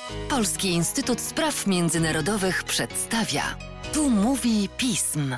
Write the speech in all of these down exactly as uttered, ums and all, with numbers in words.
Polski Instytut Spraw Międzynarodowych przedstawia. Tu mówi pism.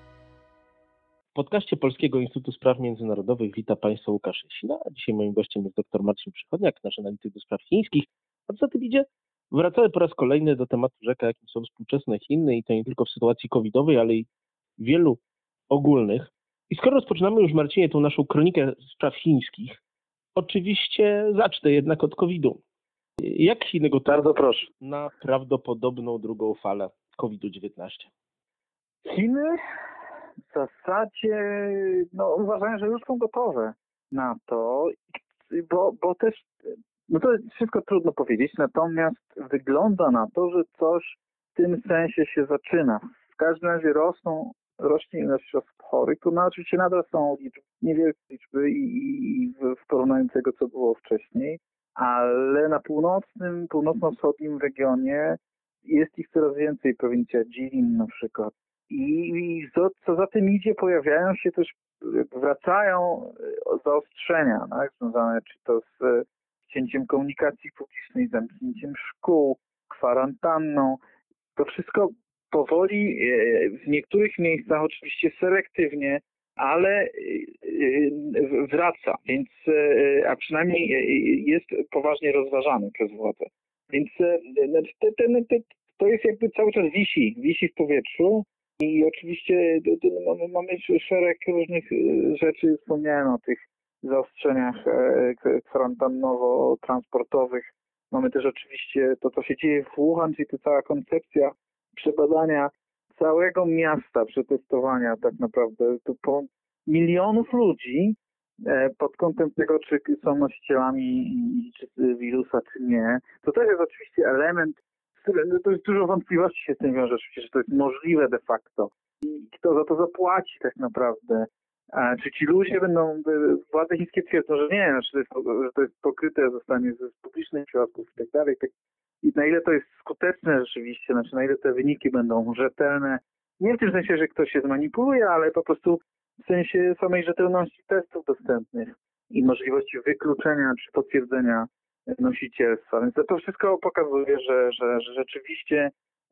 W podcaście Polskiego Instytutu Spraw Międzynarodowych wita Państwa Łukasz Jasina, a dzisiaj moim gościem jest dr Marcin Przychodniak, nasz analityk do spraw chińskich. A co za tym idzie? Wracamy po raz kolejny do tematu rzeka, jakim są współczesne Chiny i to nie tylko w sytuacji covidowej, ale i wielu ogólnych. I skoro rozpoczynamy już, Marcinie, tą naszą kronikę spraw chińskich, oczywiście zacznę jednak od covidu. Jak Chiny gotują Bardzo proszę. na prawdopodobną drugą falę kowida dziewiętnaście? Chiny w zasadzie no, uważają, że już są gotowe na to, bo, bo też no to wszystko trudno powiedzieć, natomiast wygląda na to, że coś w tym sensie się zaczyna. W każdym razie rosną, rośnie ilość osób chorych, to no, oczywiście nadal są liczby, niewielkie liczby i, i w, w porównaniu do tego, co było wcześniej, ale na północnym, północno-wschodnim regionie jest ich coraz więcej, prowincja Jilin na przykład. I, i co, co za tym idzie, pojawiają się też, wracają zaostrzenia, tak, związane czy to z cięciem komunikacji publicznej, zamknięciem szkół, kwarantanną. To wszystko powoli, w niektórych miejscach oczywiście selektywnie, ale wraca, więc, a przynajmniej jest poważnie rozważany przez władze. Więc te, te, te, to jest jakby cały czas wisi, wisi w powietrzu i oczywiście mamy, mamy szereg różnych rzeczy, wspomniałem o tych zaostrzeniach kwarantannowo-transportowych. Mamy też oczywiście to, co się dzieje w Wuhan, czyli ta cała koncepcja przebadania całego miasta, przetestowania tak naprawdę to po milionów ludzi pod kątem tego, czy są nosicielami czy wirusa, czy nie. To też jest oczywiście element, to jest dużo wątpliwości się z tym wiąże, oczywiście, że to jest możliwe de facto. I kto za to zapłaci tak naprawdę? A czy ci ludzie będą, władze chińskie twierdzą, że nie, znaczy to jest, że to jest pokryte zostanie z publicznych środków i tak dalej. I na ile to jest skuteczne rzeczywiście, znaczy na ile te wyniki będą rzetelne. Nie w tym sensie, że ktoś się zmanipuluje, ale po prostu w sensie samej rzetelności testów dostępnych i możliwości wykluczenia czy potwierdzenia nosicielstwa. Więc to wszystko pokazuje, że, że, że rzeczywiście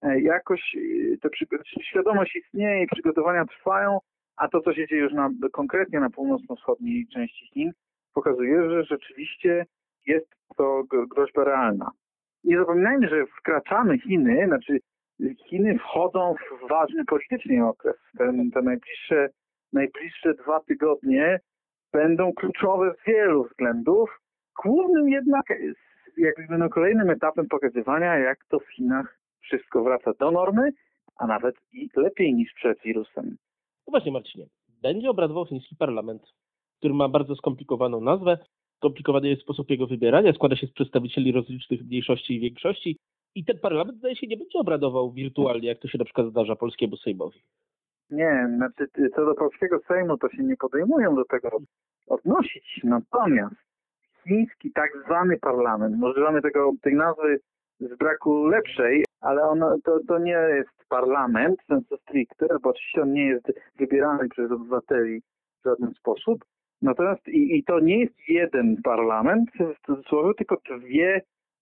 jakoś ta świadomość istnieje i przygotowania trwają, a to, co się dzieje już na, konkretnie na północno-wschodniej części Chin, pokazuje, że rzeczywiście jest to groźba realna. Nie zapominajmy, że wkraczamy Chiny, znaczy Chiny wchodzą w ważny politycznie okres. Ten, te najbliższe, najbliższe dwa tygodnie będą kluczowe z wielu względów. Głównym jednak jakby będą kolejnym etapem pokazywania, jak to w Chinach wszystko wraca do normy, a nawet i lepiej niż przed wirusem. No właśnie, Marcinie, będzie obradował chiński parlament, który ma bardzo skomplikowaną nazwę. Skomplikowany jest sposób jego wybierania, składa się z przedstawicieli rozlicznych mniejszości i większości i ten parlament, zdaje się, nie będzie obradował wirtualnie, jak to się na przykład zdarza polskiemu Sejmowi. Nie, znaczy co do polskiego Sejmu to się nie podejmują do tego odnosić, natomiast chiński tak zwany parlament, używamy tego, tej nazwy z braku lepszej, ale on, to, to nie jest parlament sensu stricte, bo oczywiście on nie jest wybierany przez obywateli w żaden sposób. Natomiast i, i to nie jest jeden parlament, w cudzysłowie, tylko dwie,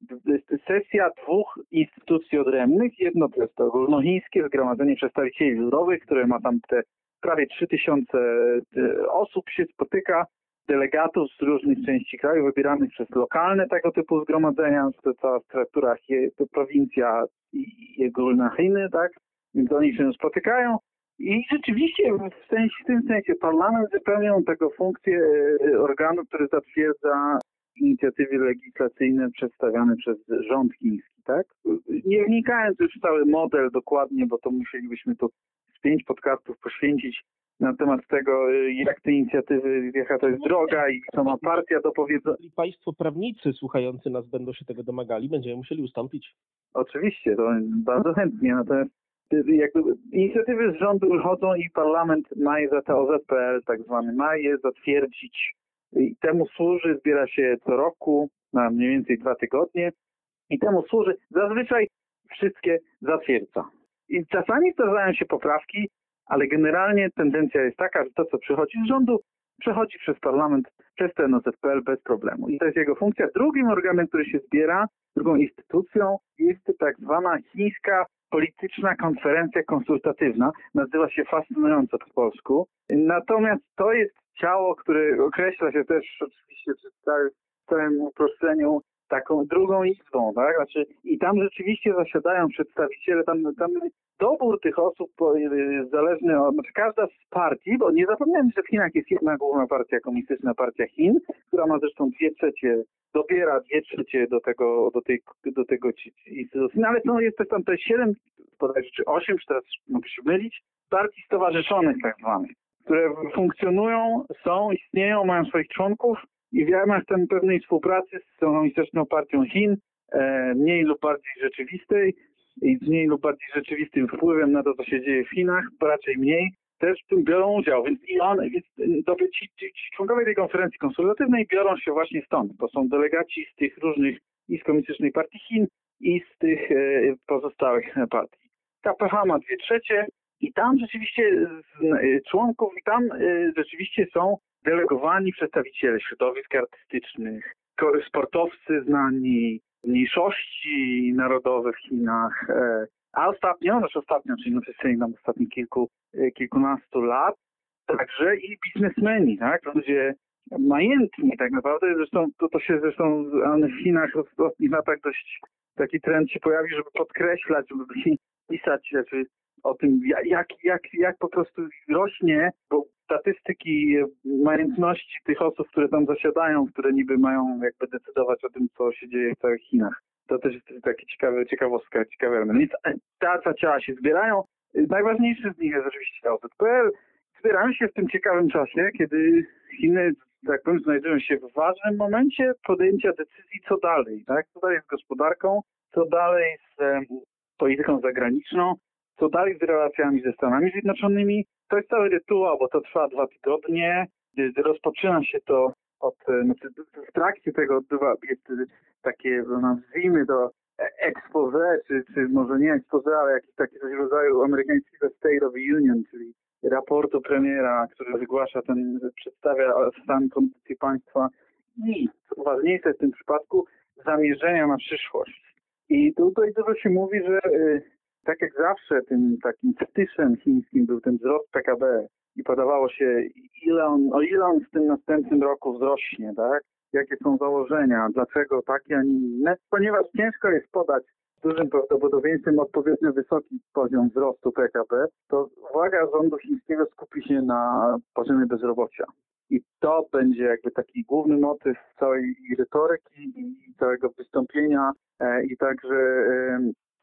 sesja dwóch instytucji odrębnych. Jedno to jest to ogólnochińskie Zgromadzenie Przedstawicieli Ludowych, które ma tam te prawie trzy tysiące osób się spotyka, delegatów z różnych części kraju wybieranych przez lokalne tego typu zgromadzenia, to cała struktura, to prowincja i ogólna Chiny, tak? Więc oni się spotykają. I rzeczywiście w, sensie, w tym sensie parlament wypełniał tego funkcję organu, który zatwierdza inicjatywy legislacyjne przedstawiane przez rząd chiński, tak? Nie wnikając już w cały model dokładnie, bo to musielibyśmy tu z pięć podcastów poświęcić na temat tego, jak te inicjatywy, jaka to jest droga i co ma partia do powiedzenia. Jeśli państwo prawnicy słuchający nas będą się tego domagali, będziemy musieli ustąpić. Oczywiście, to bardzo chętnie, natomiast jakby inicjatywy z rządu wychodzą i parlament ma je za te O Z P L tak zwany, ma je zatwierdzić. I temu służy, zbiera się co roku na mniej więcej dwa tygodnie i temu służy, zazwyczaj wszystkie zatwierdza. I czasami zdarzają się poprawki, ale generalnie tendencja jest taka, że to, co przychodzi z rządu, przechodzi przez parlament, przez ten O Z P L bez problemu. I to jest jego funkcja. Drugim organem, który się zbiera, drugą instytucją jest tak zwana chińska polityczna konferencja konsultatywna. Nazywa się fascynująco po polsku. Natomiast to jest ciało, które określa się też oczywiście w całym, całym uproszczeniu taką drugą izbą, tak? Znaczy, i tam rzeczywiście zasiadają przedstawiciele, tam, tam dobór tych osób jest zależny od, znaczy każda z partii, bo nie zapomniałem, że w Chinach jest jedna główna partia, Komunistyczna Partia Chin, która ma zresztą dwie trzecie, dobiera dwie trzecie do tego, do tej, do tego instytucji, no ale no, jest też tam te siedem, bodajże, czy osiem, czy teraz mogę się mylić, partii stowarzyszonych tak zwanych, które funkcjonują, są, istnieją, mają swoich członków i w ramach ten pewnej współpracy z Komunistyczną Partią Chin, e, mniej lub bardziej rzeczywistej i z mniej lub bardziej rzeczywistym wpływem na to, co się dzieje w Chinach, raczej mniej, też w tym biorą udział. Więc i on, więc ci, ci, ci członkowie tej konferencji konsultatywnej biorą się właśnie stąd. To są delegaci z tych różnych i z Komunistycznej Partii Chin i z tych e, pozostałych partii. K P H ma dwie trzecie i tam rzeczywiście z e, członków i tam e, rzeczywiście są delegowani przedstawiciele środowisk artystycznych, sportowcy znani, mniejszości narodowe w Chinach, a ostatnio, znaczy ostatnio, czyli na przestrzeni tam ostatnich kilku, kilkunastu lat, także i biznesmeni, tak, ludzie majętni tak naprawdę, zresztą to, to się zresztą w Chinach w ostatnich latach dość taki trend się pojawił, żeby podkreślać, żeby pisać znaczy, o tym, jak, jak, jak po prostu rośnie, bo statystyki majątności tych osób, które tam zasiadają, które niby mają jakby decydować o tym, co się dzieje w całych Chinach. To też jest taki ciekawy, ciekawostka, ciekawy element. Więc ta, ta ciała się zbierają. Najważniejszy z nich jest oczywiście O Z P L. Zbierają się w tym ciekawym czasie, kiedy Chiny, tak powiem, znajdują się w ważnym momencie podjęcia decyzji, co dalej, tak? Co dalej z gospodarką, co dalej z e, polityką zagraniczną, co dalej z relacjami ze Stanami Zjednoczonymi. To jest cały rytuał, bo to trwa dwa tygodnie. Rozpoczyna się to od, znaczy w trakcie tego odbywa jest takie, nazwijmy to expose, czy, czy może nie expose, ale jakiś taki coś w rodzaju amerykańskiego State of the Union, czyli raportu premiera, który wygłasza ten, przedstawia stan kondycji państwa i, co ważniejsze w tym przypadku, zamierzenia na przyszłość. I tutaj dużo się mówi, że tak jak zawsze tym takim fetyszem chińskim był ten wzrost P K B i podawało się, ile on, o ile on w tym następnym roku wzrośnie, tak? Jakie są założenia, dlaczego takie, a nie inne, ponieważ ciężko jest podać z dużym prawdopodobieństwem odpowiednio wysoki poziom wzrostu P K B, to uwaga rządu chińskiego skupi się na poziomie bezrobocia. I to będzie jakby taki główny motyw całej retoryki i całego wystąpienia e, i także e,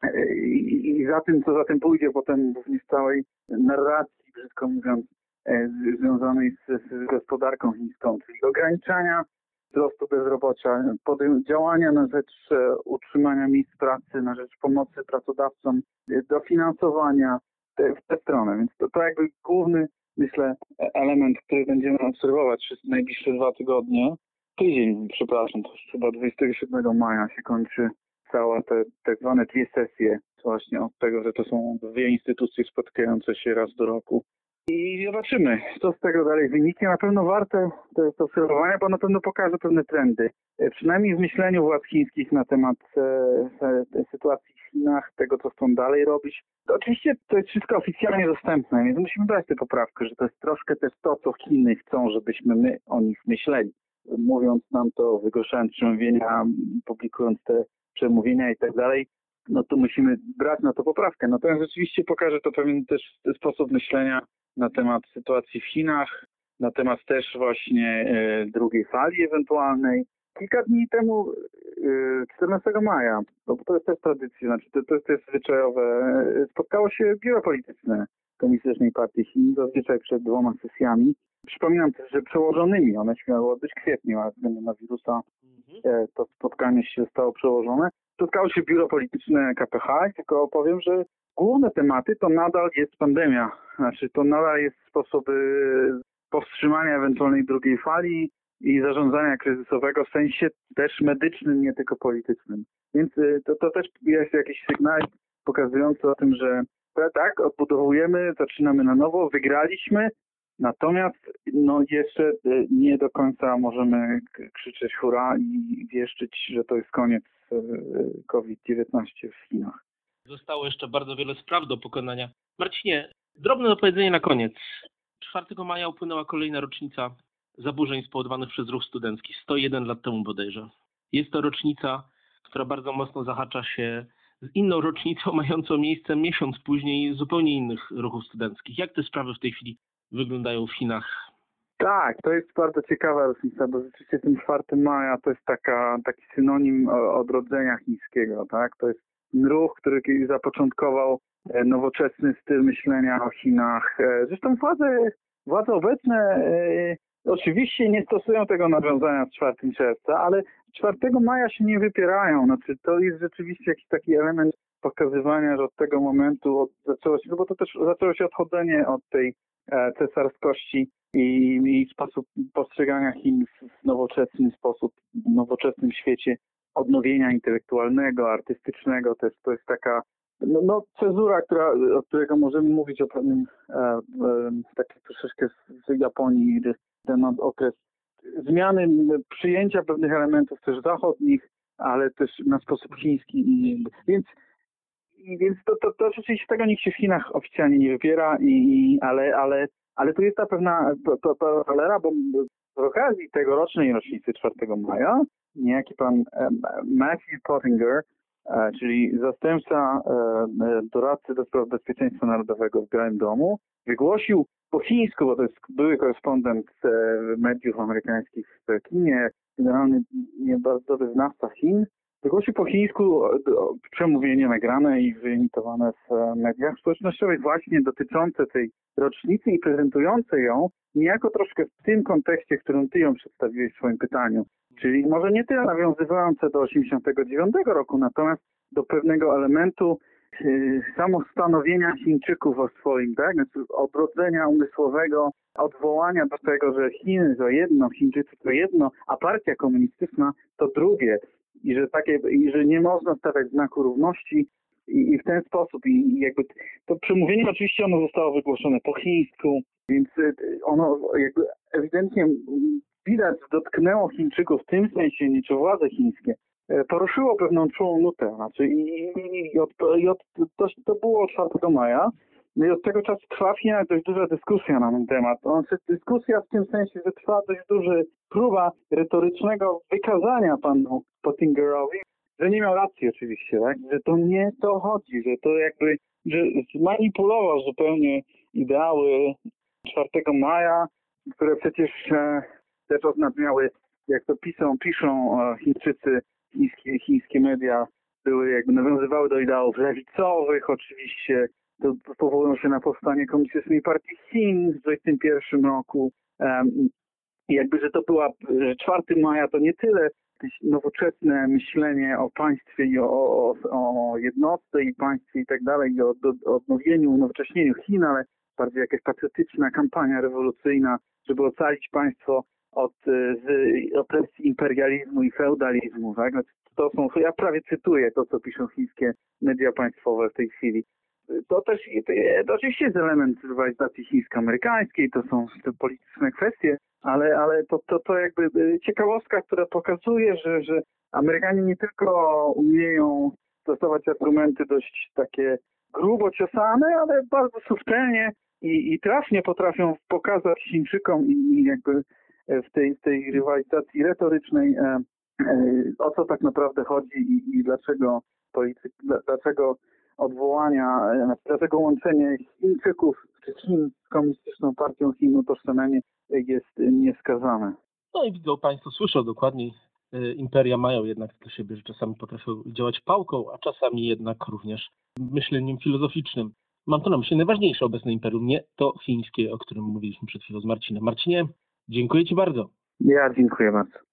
I, I za tym, co za tym pójdzie potem również całej narracji, brzydko mówiąc, e, związanej z, z gospodarką chińską, czyli ograniczania wzrostu bezrobocia, podejm- działania na rzecz e, utrzymania miejsc pracy, na rzecz pomocy pracodawcom, e, dofinansowania te, w tę stronę. Więc to, to jakby główny, myślę, element, który będziemy obserwować przez najbliższe dwa tygodnie. Tydzień, przepraszam, to już chyba dwudziestego siódmego maja się kończy całe te tak zwane dwie sesje właśnie od tego, że to są dwie instytucje spotykające się raz do roku. I zobaczymy, co z tego dalej wyniknie. Na pewno warte to jest obserwowania, bo na pewno pokaże pewne trendy. Przynajmniej w myśleniu władz chińskich na temat e, e, sytuacji w Chinach, tego, co chcą dalej robić. To oczywiście to jest wszystko oficjalnie dostępne, więc musimy brać tę poprawkę, że to jest troszkę też to, co Chiny chcą, żebyśmy my o nich myśleli. Mówiąc nam to, wygłaszając przemówienia, publikując te przemówienia i tak dalej, no to musimy brać na to poprawkę. Natomiast rzeczywiście pokaże to pewien też sposób myślenia na temat sytuacji w Chinach, na temat też właśnie e, drugiej fali ewentualnej. Kilka dni temu, e, czternastego maja, bo to jest też tradycja, znaczy to, to jest też zwyczajowe, e, spotkało się biuro polityczne Komunistycznej Partii Chin, zazwyczaj przed dwoma sesjami. Przypominam też, że przełożonymi, one się miały odbyć w kwietniu, ale ze względu na wirusa e, to spotkanie się zostało przełożone. Spotkało się biuro polityczne K P H i tylko powiem, że główne tematy to nadal jest pandemia. Znaczy to nadal jest sposoby powstrzymania ewentualnej drugiej fali i zarządzania kryzysowego w sensie też medycznym, nie tylko politycznym. Więc to, to też jest jakiś sygnał pokazujący o tym, że tak, odbudowujemy, zaczynamy na nowo, wygraliśmy, Natomiast no jeszcze nie do końca możemy krzyczeć hurra i wieszczyć, że to jest koniec kowid dziewiętnaście w Chinach. Zostało jeszcze bardzo wiele spraw do pokonania. Marcinie, drobne dopowiedzenie na koniec. czwartego maja upłynęła kolejna rocznica zaburzeń spowodowanych przez ruch studencki. sto jeden lat temu bodajże. Jest to rocznica, która bardzo mocno zahacza się z inną rocznicą mającą miejsce miesiąc później zupełnie innych ruchów studenckich. Jak te sprawy w tej chwili wyglądają w Chinach? Tak, to jest bardzo ciekawa rocznica, bo rzeczywiście ten czwartego maja to jest taka, taki synonim odrodzenia chińskiego, tak? To jest ruch, który kiedyś zapoczątkował nowoczesny styl myślenia o Chinach. Zresztą władze, władze obecne e, oczywiście nie stosują tego nawiązania z czwartego czerwca, ale czwartego maja się nie wypierają. Znaczy, to jest rzeczywiście jakiś taki element pokazywania, że od tego momentu od, zaczęło się, no bo to też zaczęło się odchodzenie od tej e, cesarskości i, i sposób postrzegania Chin w nowoczesny sposób, w nowoczesnym świecie odnowienia intelektualnego, artystycznego. To jest, to jest taka no, no cezura, która, od którego możemy mówić o pewnym e, e, takim troszeczkę z Japonii, ten okres zmiany, przyjęcia pewnych elementów też zachodnich, ale też na sposób chiński. I, więc i więc to, to, to rzeczywiście tego nikt się w Chinach oficjalnie nie wypiera, i, ale, ale, ale tu jest ta pewna paralera, bo z okazji tegorocznej rocznicy czwartego maja niejaki pan Matthew Pottinger, czyli zastępca doradcy do spraw bezpieczeństwa narodowego w Białym Domu, wygłosił po chińsku, bo to jest były korespondent mediów amerykańskich w Pekinie, generalnie nie bardzo dobry znawca Chin, wygłosił po chińsku przemówienie nagrane i wyemitowane w mediach społecznościowych właśnie dotyczące tej rocznicy i prezentujące ją niejako troszkę w tym kontekście, w którym ty ją przedstawiłeś w swoim pytaniu. Czyli może nie tyle nawiązywające do osiemdziesiątego dziewiątego roku, natomiast do pewnego elementu yy, samostanowienia Chińczyków o swoim, tak? Znaczy odrodzenia umysłowego, odwołania do tego, że Chiny to jedno, Chińczycy to jedno, a partia komunistyczna to drugie. I że takie, i że nie można stawiać znaku równości i, i w ten sposób. I, i jakby to przemówienie oczywiście ono zostało wygłoszone po chińsku, więc ono jakby ewidentnie widać dotknęło Chińczyków w tym sensie, nie czy władze chińskie, poruszyło pewną czułą nutę. Znaczy i, i, i, od, i od, to, to było czwartego maja. No i od tego czasu trwa w Chinach dość duża dyskusja na ten temat. Znaczy, dyskusja w tym sensie, że trwa dość duża próba retorycznego wykazania panu Pottingerowi, że nie miał racji oczywiście, tak? Że to nie to chodzi, że to jakby, że zmanipulował zupełnie ideały czwartego maja, które przecież e, też oznaczały, jak to piszą, piszą e, Chińczycy, chińskie, chińskie media, były jakby nawiązywały do ideałów lewicowych oczywiście, to powołują się na powstanie Komunistycznej Partii Chin w dwudziestym pierwszym roku. Um, I jakby, że to była, że czwartego maja to nie tyle nowoczesne myślenie o państwie i o, o, o jednostce i państwie i tak dalej, i o, o odnowieniu, unowocześnieniu Chin, ale bardziej jakaś patriotyczna kampania rewolucyjna, żeby ocalić państwo od z opresji imperializmu i feudalizmu. Tak? To są, ja prawie cytuję to, co piszą chińskie media państwowe w tej chwili. To też to oczywiście jest element rywalizacji chińsko-amerykańskiej, to są te polityczne kwestie, ale, ale to, to, to jakby ciekawostka, która pokazuje, że, że Amerykanie nie tylko umieją stosować argumenty dość takie grubo ciosane, ale bardzo subtelnie i, i trafnie potrafią pokazać Chińczykom i, i jakby w tej, w tej rywalizacji retorycznej e, e, o co tak naprawdę chodzi i, i dlaczego polityk, dlaczego odwołania, dlatego łączenie Chińczyków czy Chin z komunistyczną partią Chin, utożsamianie jest nieskazane. No i widzą Państwo, słyszą dokładniej, imperia mają jednak do siebie, że czasami potrafią działać pałką, a czasami jednak również myśleniem filozoficznym. Mam to na myśli najważniejsze obecne imperium, nie to chińskie, o którym mówiliśmy przed chwilą z Marcinem. Marcinie, dziękuję Ci bardzo. Ja dziękuję bardzo.